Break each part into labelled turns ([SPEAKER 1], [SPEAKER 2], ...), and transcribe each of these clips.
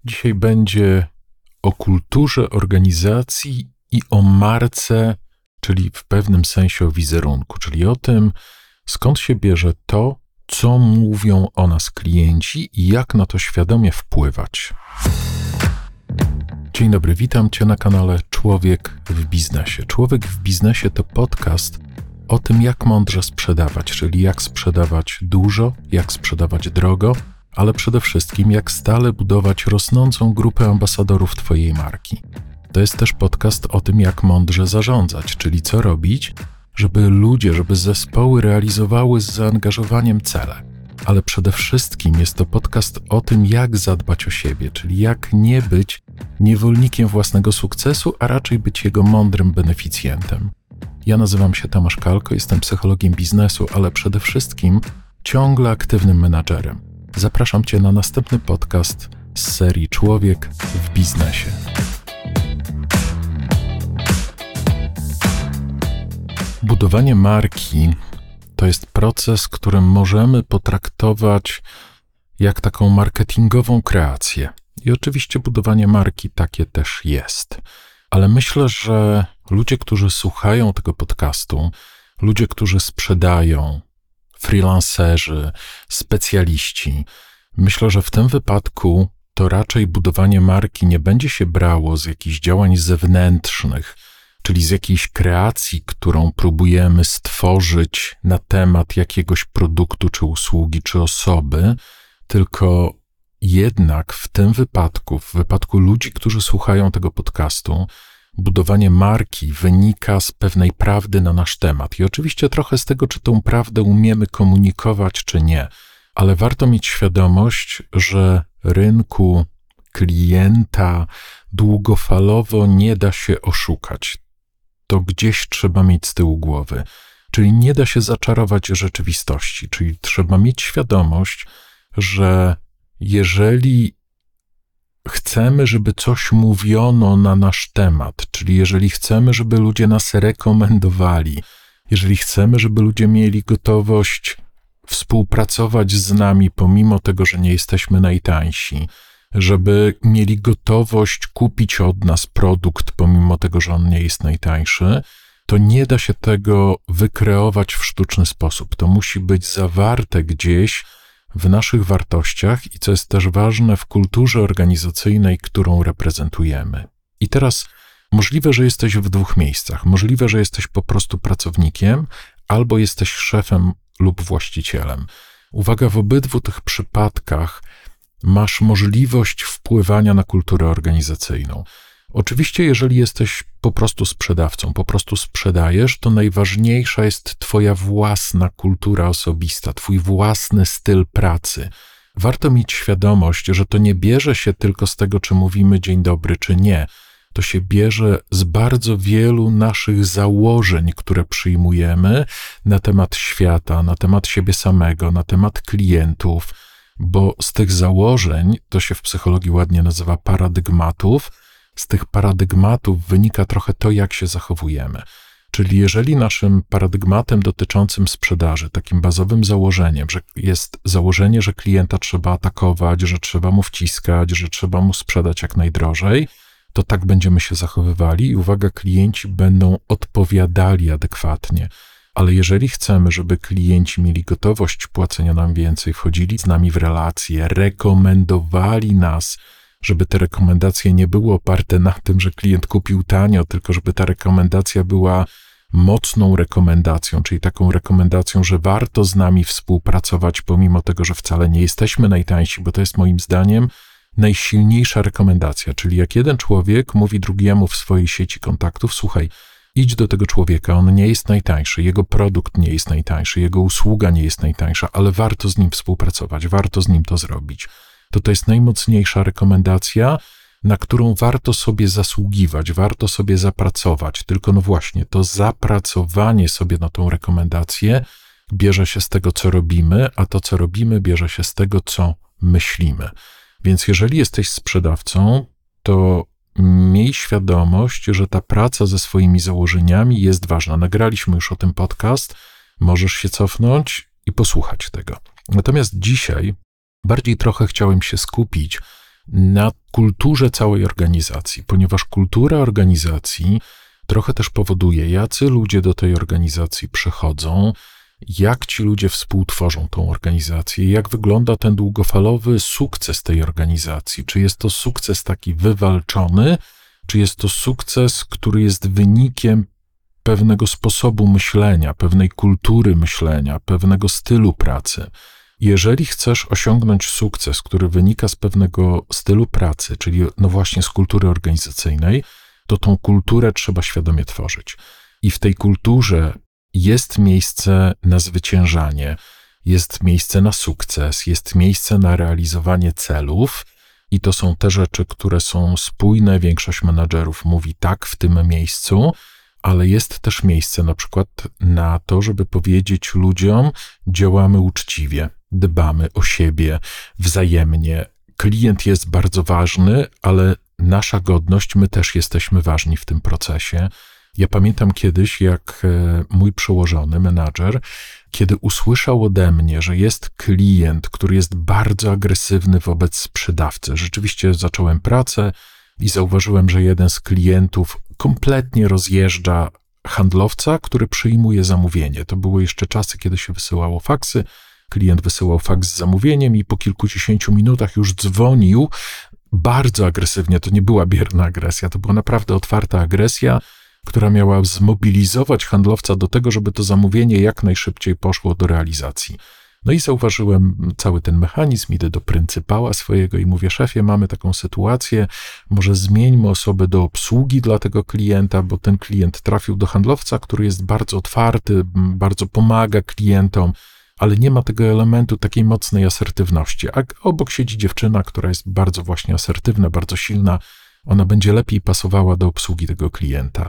[SPEAKER 1] Dzisiaj będzie o kulturze organizacji i o marce, czyli w pewnym sensie o wizerunku, czyli o tym, skąd się bierze to, co mówią o nas klienci i jak na to świadomie wpływać. Dzień dobry, witam Cię na kanale Człowiek w Biznesie. Człowiek w Biznesie to podcast o tym, jak mądrze sprzedawać, czyli jak sprzedawać dużo, jak sprzedawać drogo, ale przede wszystkim jak stale budować rosnącą grupę ambasadorów Twojej marki. To jest też podcast o tym, jak mądrze zarządzać, czyli co robić, żeby ludzie, żeby zespoły realizowały z zaangażowaniem cele. Ale przede wszystkim jest to podcast o tym, jak zadbać o siebie, czyli jak nie być niewolnikiem własnego sukcesu, a raczej być jego mądrym beneficjentem. Ja nazywam się Tomasz Kalko, jestem psychologiem biznesu, ale przede wszystkim ciągle aktywnym menadżerem. Zapraszam Cię na następny podcast z serii Człowiek w Biznesie. Budowanie marki to jest proces, którym możemy potraktować jak taką marketingową kreację. I oczywiście budowanie marki takie też jest. Ale myślę, że ludzie, którzy słuchają tego podcastu, ludzie, którzy sprzedają, freelancerzy, specjaliści, myślę, że w tym wypadku to raczej budowanie marki nie będzie się brało z jakichś działań zewnętrznych, czyli z jakiejś kreacji, którą próbujemy stworzyć na temat jakiegoś produktu, czy usługi, czy osoby, tylko jednak w tym wypadku, w wypadku ludzi, którzy słuchają tego podcastu, budowanie marki wynika z pewnej prawdy na nasz temat. I oczywiście trochę z tego, czy tą prawdę umiemy komunikować, czy nie. Ale warto mieć świadomość, że rynku, klienta długofalowo nie da się oszukać. To gdzieś trzeba mieć z tyłu głowy. Czyli nie da się zaczarować rzeczywistości. Czyli trzeba mieć świadomość, że jeżeli chcemy, żeby coś mówiono na nasz temat, czyli jeżeli chcemy, żeby ludzie nas rekomendowali, jeżeli chcemy, żeby ludzie mieli gotowość współpracować z nami, pomimo tego, że nie jesteśmy najtańsi, żeby mieli gotowość kupić od nas produkt, pomimo tego, że on nie jest najtańszy, to nie da się tego wykreować w sztuczny sposób. To musi być zawarte gdzieś w naszych wartościach i co jest też ważne, w kulturze organizacyjnej, którą reprezentujemy. I teraz możliwe, że jesteś w dwóch miejscach. Możliwe, że jesteś po prostu pracownikiem albo jesteś szefem lub właścicielem. Uwaga, w obydwu tych przypadkach masz możliwość wpływania na kulturę organizacyjną. Oczywiście, jeżeli jesteś po prostu sprzedawcą, po prostu sprzedajesz, to najważniejsza jest Twoja własna kultura osobista, Twój własny styl pracy. Warto mieć świadomość, że to nie bierze się tylko z tego, czy mówimy dzień dobry, czy nie. To się bierze z bardzo wielu naszych założeń, które przyjmujemy na temat świata, na temat siebie samego, na temat klientów, bo z tych założeń, to się w psychologii ładnie nazywa paradygmatów, z tych paradygmatów wynika trochę to, jak się zachowujemy. Czyli jeżeli naszym paradygmatem dotyczącym sprzedaży, takim bazowym założeniem, że jest założenie, że klienta trzeba atakować, że trzeba mu wciskać, że trzeba mu sprzedać jak najdrożej, to tak będziemy się zachowywali i uwaga, klienci będą odpowiadali adekwatnie. Ale jeżeli chcemy, żeby klienci mieli gotowość płacenia nam więcej, wchodzili z nami w relacje, rekomendowali nas, żeby te rekomendacje nie były oparte na tym, że klient kupił tanio, tylko żeby ta rekomendacja była mocną rekomendacją, czyli taką rekomendacją, że warto z nami współpracować, pomimo tego, że wcale nie jesteśmy najtańsi, bo to jest moim zdaniem najsilniejsza rekomendacja, czyli jak jeden człowiek mówi drugiemu w swojej sieci kontaktów, słuchaj, idź do tego człowieka, on nie jest najtańszy, jego produkt nie jest najtańszy, jego usługa nie jest najtańsza, ale warto z nim współpracować, warto z nim to zrobić. To jest najmocniejsza rekomendacja, na którą warto sobie zasługiwać, warto sobie zapracować. Tylko no właśnie, to zapracowanie sobie na tą rekomendację bierze się z tego, co robimy, a to, co robimy, bierze się z tego, co myślimy. Więc jeżeli jesteś sprzedawcą, to miej świadomość, że ta praca ze swoimi założeniami jest ważna. Nagraliśmy już o tym podcast, możesz się cofnąć i posłuchać tego. Natomiast dzisiaj bardziej trochę chciałem się skupić na kulturze całej organizacji, ponieważ kultura organizacji trochę też powoduje, jacy ludzie do tej organizacji przychodzą, jak ci ludzie współtworzą tą organizację, jak wygląda ten długofalowy sukces tej organizacji. Czy jest to sukces taki wywalczony, czy jest to sukces, który jest wynikiem pewnego sposobu myślenia, pewnej kultury myślenia, pewnego stylu pracy. Jeżeli chcesz osiągnąć sukces, który wynika z pewnego stylu pracy, czyli no właśnie z kultury organizacyjnej, to tą kulturę trzeba świadomie tworzyć. I w tej kulturze jest miejsce na zwyciężanie, jest miejsce na sukces, jest miejsce na realizowanie celów i to są te rzeczy, które są spójne. Większość menadżerów mówi tak w tym miejscu, ale jest też miejsce na przykład na to, żeby powiedzieć ludziom, działamy uczciwie, dbamy o siebie wzajemnie. Klient jest bardzo ważny, ale nasza godność, my też jesteśmy ważni w tym procesie. Ja pamiętam kiedyś, jak mój przełożony, menadżer, kiedy usłyszał ode mnie, że jest klient, który jest bardzo agresywny wobec sprzedawcy. Rzeczywiście zacząłem pracę i zauważyłem, że jeden z klientów kompletnie rozjeżdża handlowca, który przyjmuje zamówienie. To były jeszcze czasy, kiedy się wysyłało faksy. Klient wysyłał faks z zamówieniem i po kilkudziesięciu minutach już dzwonił bardzo agresywnie. To nie była bierna agresja, to była naprawdę otwarta agresja, która miała zmobilizować handlowca do tego, żeby to zamówienie jak najszybciej poszło do realizacji. No i zauważyłem cały ten mechanizm, idę do pryncypała swojego i mówię, szefie, mamy taką sytuację, może zmieńmy osobę do obsługi dla tego klienta, bo ten klient trafił do handlowca, który jest bardzo otwarty, bardzo pomaga klientom, ale nie ma tego elementu takiej mocnej asertywności. A obok siedzi dziewczyna, która jest bardzo właśnie asertywna, bardzo silna, ona będzie lepiej pasowała do obsługi tego klienta.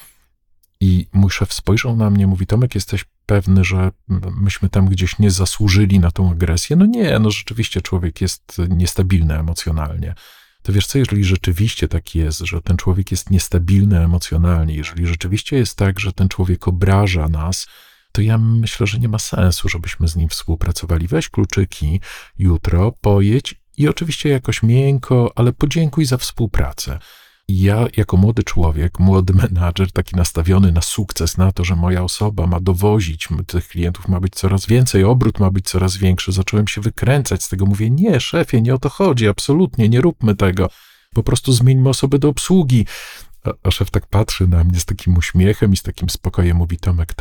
[SPEAKER 1] I mój szef spojrzał na mnie, mówi, Tomek, jesteś pewny, że myśmy tam gdzieś nie zasłużyli na tą agresję? No nie, no rzeczywiście człowiek jest niestabilny emocjonalnie. To wiesz co, jeżeli rzeczywiście tak jest, że ten człowiek jest niestabilny emocjonalnie, jeżeli rzeczywiście jest tak, że ten człowiek obraża nas, to ja myślę, że nie ma sensu, żebyśmy z nim współpracowali. Weź kluczyki jutro, pojedź i oczywiście jakoś miękko, ale podziękuj za współpracę. I ja jako młody człowiek, młody menadżer, taki nastawiony na sukces, na to, że moja osoba ma dowozić, tych klientów ma być coraz więcej, obrót ma być coraz większy, zacząłem się wykręcać z tego. Mówię, nie, szefie, nie o to chodzi, absolutnie, nie róbmy tego. Po prostu zmieńmy osobę do obsługi. A szef tak patrzy na mnie z takim uśmiechem i z takim spokojem mówi, Tomek,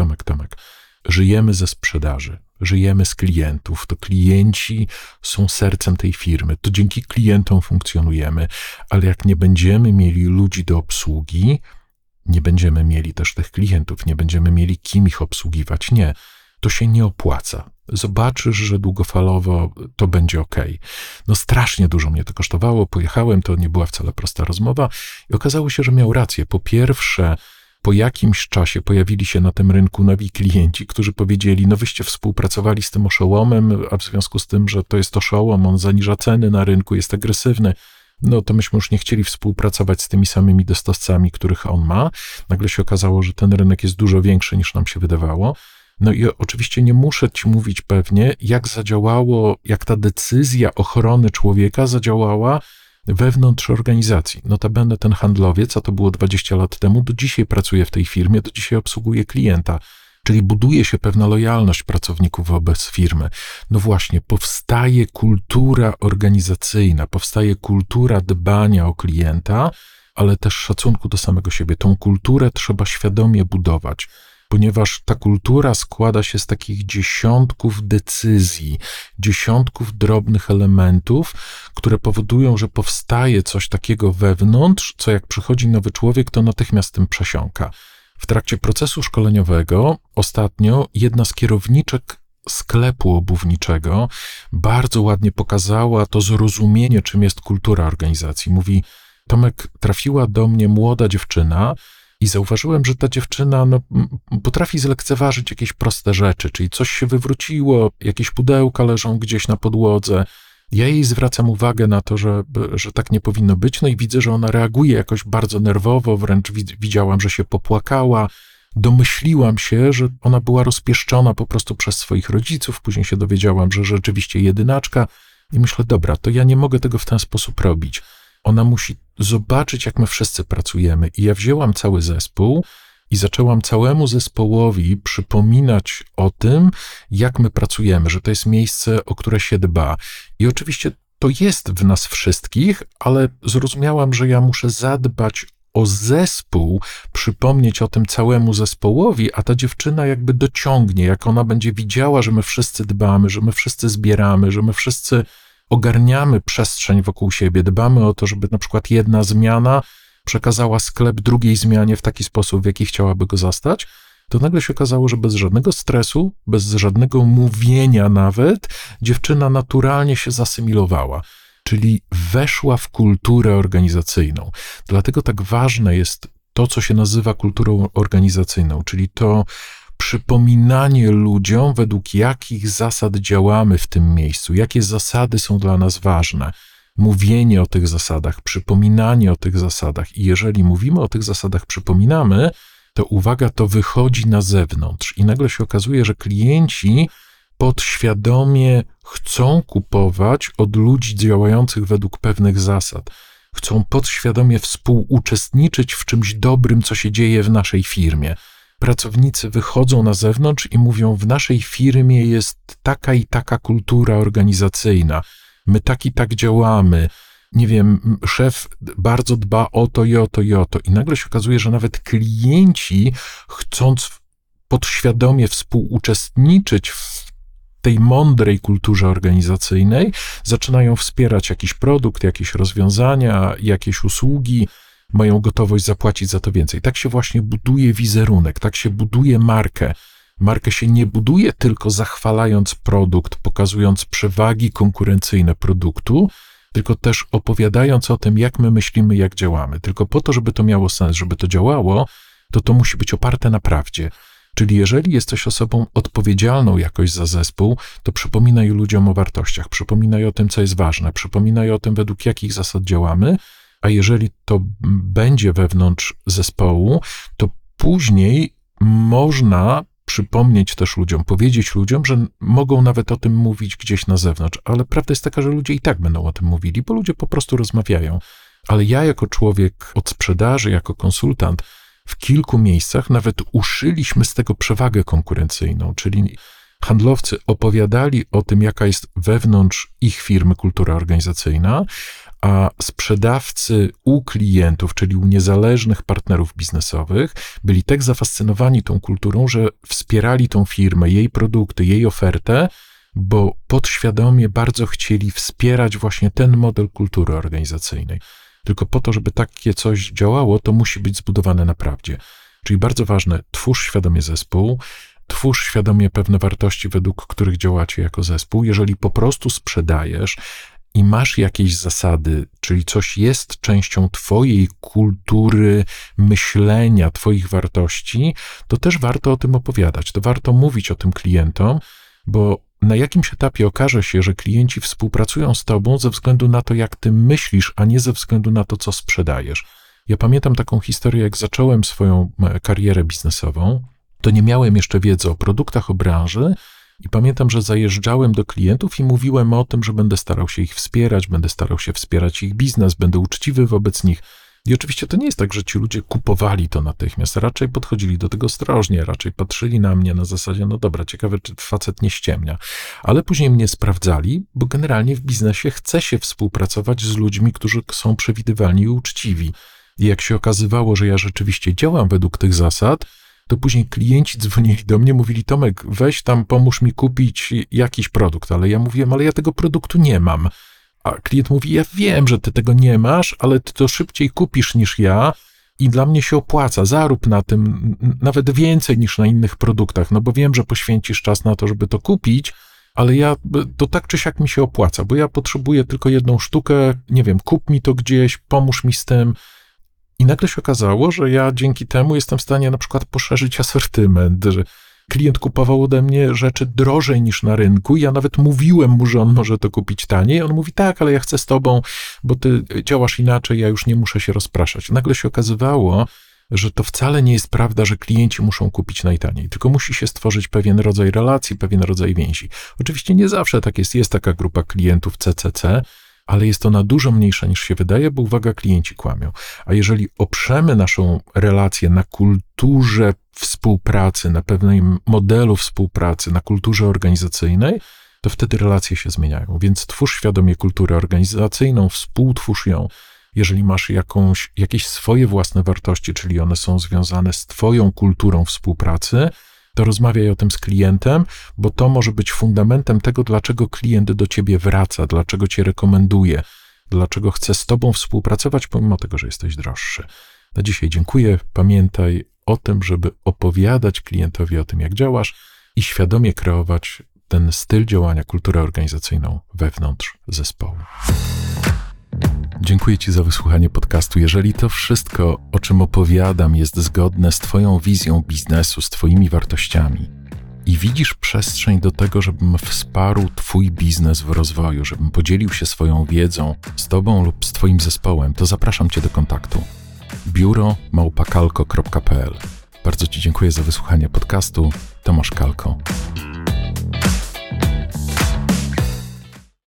[SPEAKER 1] żyjemy ze sprzedaży, żyjemy z klientów, to klienci są sercem tej firmy, to dzięki klientom funkcjonujemy, ale jak nie będziemy mieli ludzi do obsługi, nie będziemy mieli też tych klientów, nie będziemy mieli kim ich obsługiwać, nie, to się nie opłaca. Zobaczysz, że długofalowo to będzie okej. No strasznie dużo mnie to kosztowało, pojechałem, to nie była wcale prosta rozmowa i okazało się, że miał rację. Po pierwsze, po jakimś czasie pojawili się na tym rynku nowi klienci, którzy powiedzieli, no wyście współpracowali z tym oszołomem, a w związku z tym, że to jest oszołom, on zaniża ceny na rynku, jest agresywny, no to myśmy już nie chcieli współpracować z tymi samymi dostawcami, których on ma. Nagle się okazało, że ten rynek jest dużo większy niż nam się wydawało. No i oczywiście nie muszę ci mówić pewnie, jak zadziałało, jak ta decyzja ochrony człowieka zadziałała wewnątrz organizacji. Notabene ten handlowiec, a to było 20 lat temu, do dzisiaj pracuje w tej firmie, do dzisiaj obsługuje klienta, czyli buduje się pewna lojalność pracowników wobec firmy. No właśnie, powstaje kultura organizacyjna, powstaje kultura dbania o klienta, ale też szacunku do samego siebie. Tą kulturę trzeba świadomie budować, ponieważ ta kultura składa się z takich dziesiątków decyzji, dziesiątków drobnych elementów, które powodują, że powstaje coś takiego wewnątrz, co jak przychodzi nowy człowiek, to natychmiast tym przesiąka. W trakcie procesu szkoleniowego ostatnio jedna z kierowniczek sklepu obuwniczego bardzo ładnie pokazała to zrozumienie, czym jest kultura organizacji. Mówi, Tomek, trafiła do mnie młoda dziewczyna, i zauważyłem, że ta dziewczyna potrafi zlekceważyć jakieś proste rzeczy, czyli coś się wywróciło, jakieś pudełka leżą gdzieś na podłodze. Ja jej zwracam uwagę na to, że tak nie powinno być, no i widzę, że ona reaguje jakoś bardzo nerwowo, wręcz widziałam, że się popłakała. Domyśliłam się, że ona była rozpieszczona po prostu przez swoich rodziców, później się dowiedziałam, że rzeczywiście jedynaczka, I myślę, dobra, to ja nie mogę tego w ten sposób robić. Ona musi zobaczyć, jak my wszyscy pracujemy. I ja wzięłam cały zespół i zaczęłam całemu zespołowi przypominać o tym, jak my pracujemy, że to jest miejsce, o które się dba. I oczywiście to jest w nas wszystkich, ale zrozumiałam, że ja muszę zadbać o zespół, przypomnieć o tym całemu zespołowi, a ta dziewczyna jakby dociągnie, jak ona będzie widziała, że my wszyscy dbamy, że my wszyscy zbieramy, że my wszyscy ogarniamy przestrzeń wokół siebie, dbamy o to, żeby na przykład jedna zmiana przekazała sklep drugiej zmianie w taki sposób, w jaki chciałaby go zastać, to nagle się okazało, że bez żadnego stresu, bez żadnego mówienia nawet, dziewczyna naturalnie się zasymilowała, czyli weszła w kulturę organizacyjną. Dlatego tak ważne jest to, co się nazywa kulturą organizacyjną, czyli to przypominanie ludziom, według jakich zasad działamy w tym miejscu, jakie zasady są dla nas ważne. Mówienie o tych zasadach, przypominanie o tych zasadach. I jeżeli mówimy o tych zasadach, przypominamy, to uwaga, to wychodzi na zewnątrz. I nagle się okazuje, że klienci podświadomie chcą kupować od ludzi działających według pewnych zasad. Chcą podświadomie współuczestniczyć w czymś dobrym, co się dzieje w naszej firmie. Pracownicy wychodzą na zewnątrz i mówią, w naszej firmie jest taka i taka kultura organizacyjna. My tak i tak działamy. Nie wiem, szef bardzo dba o to i o to i o to. I nagle się okazuje, że nawet klienci, chcąc podświadomie współuczestniczyć w tej mądrej kulturze organizacyjnej, zaczynają wspierać jakiś produkt, jakieś rozwiązania, jakieś usługi, mają gotowość zapłacić za to więcej. Tak się właśnie buduje wizerunek, tak się buduje markę. Markę się nie buduje tylko zachwalając produkt, pokazując przewagi konkurencyjne produktu, tylko też opowiadając o tym, jak my myślimy, jak działamy. Tylko po to, żeby to miało sens, żeby to działało, to musi być oparte na prawdzie. Czyli jeżeli jesteś osobą odpowiedzialną jakoś za zespół, to przypominaj ludziom o wartościach, przypominaj o tym, co jest ważne, przypominaj o tym, według jakich zasad działamy, a jeżeli to będzie wewnątrz zespołu, to później można przypomnieć też ludziom, powiedzieć ludziom, że mogą nawet o tym mówić gdzieś na zewnątrz, ale prawda jest taka, że ludzie i tak będą o tym mówili, bo ludzie po prostu rozmawiają. Ale ja jako człowiek od sprzedaży, jako konsultant w kilku miejscach nawet uszyliśmy z tego przewagę konkurencyjną, czyli handlowcy opowiadali o tym, jaka jest wewnątrz ich firmy kultura organizacyjna, a sprzedawcy u klientów, czyli u niezależnych partnerów biznesowych, byli tak zafascynowani tą kulturą, że wspierali tą firmę, jej produkty, jej ofertę, bo podświadomie bardzo chcieli wspierać właśnie ten model kultury organizacyjnej. Tylko po to, żeby takie coś działało, to musi być zbudowane na prawdzie. Czyli bardzo ważne, twórz świadomie zespół, twórz świadomie pewne wartości, według których działacie jako zespół. Jeżeli po prostu sprzedajesz i masz jakieś zasady, czyli coś jest częścią twojej kultury myślenia, twoich wartości, to też warto o tym opowiadać. To warto mówić o tym klientom, bo na jakimś etapie okaże się, że klienci współpracują z tobą ze względu na to, jak ty myślisz, a nie ze względu na to, co sprzedajesz. Ja pamiętam taką historię, jak zacząłem swoją karierę biznesową, to nie miałem jeszcze wiedzy o produktach, o branży i pamiętam, że zajeżdżałem do klientów i mówiłem o tym, że będę starał się ich wspierać, będę starał się wspierać ich biznes, będę uczciwy wobec nich. I oczywiście to nie jest tak, że ci ludzie kupowali to natychmiast, raczej podchodzili do tego ostrożnie, raczej patrzyli na mnie na zasadzie, no dobra, ciekawe, czy facet nie ściemnia. Ale później mnie sprawdzali, bo generalnie w biznesie chce się współpracować z ludźmi, którzy są przewidywalni i uczciwi. I jak się okazywało, że ja rzeczywiście działam według tych zasad, to później klienci dzwonili do mnie, mówili, Tomek, weź tam, pomóż mi kupić jakiś produkt, ale ja mówiłem, ale ja tego produktu nie mam. A klient mówi, ja wiem, że ty tego nie masz, ale ty to szybciej kupisz niż ja i dla mnie się opłaca, zarób na tym nawet więcej niż na innych produktach, no bo wiem, że poświęcisz czas na to, żeby to kupić, ale to tak czy siak mi się opłaca, bo ja potrzebuję tylko jedną sztukę, nie wiem, kup mi to gdzieś, pomóż mi z tym. I nagle się okazało, że ja dzięki temu jestem w stanie na przykład poszerzyć asortyment, że klient kupował ode mnie rzeczy drożej niż na rynku. Ja nawet mówiłem mu, że on może to kupić taniej. On mówi, tak, ale ja chcę z tobą, bo ty działasz inaczej, ja już nie muszę się rozpraszać. Nagle się okazywało, że to wcale nie jest prawda, że klienci muszą kupić najtaniej, tylko musi się stworzyć pewien rodzaj relacji, pewien rodzaj więzi. Oczywiście nie zawsze tak jest taka grupa klientów CCC, ale jest ona dużo mniejsza niż się wydaje, bo uwaga, klienci kłamią. A jeżeli oprzemy naszą relację na kulturze współpracy, na pewnym modelu współpracy, na kulturze organizacyjnej, to wtedy relacje się zmieniają. Więc twórz świadomie kulturę organizacyjną, współtwórz ją. Jeżeli masz jakieś swoje własne wartości, czyli one są związane z twoją kulturą współpracy, to rozmawiaj o tym z klientem, bo to może być fundamentem tego, dlaczego klient do ciebie wraca, dlaczego cię rekomenduje, dlaczego chce z tobą współpracować, pomimo tego, że jesteś droższy. Na dzisiaj dziękuję. Pamiętaj o tym, żeby opowiadać klientowi o tym, jak działasz i świadomie kreować ten styl działania, kulturę organizacyjną wewnątrz zespołu. Dziękuję ci za wysłuchanie podcastu. Jeżeli to wszystko, o czym opowiadam, jest zgodne z twoją wizją biznesu, z twoimi wartościami i widzisz przestrzeń do tego, żebym wsparł twój biznes w rozwoju, żebym podzielił się swoją wiedzą z tobą lub z twoim zespołem, to zapraszam cię do kontaktu. biuro@kalko.pl. Bardzo ci dziękuję za wysłuchanie podcastu. Tomasz Kalko.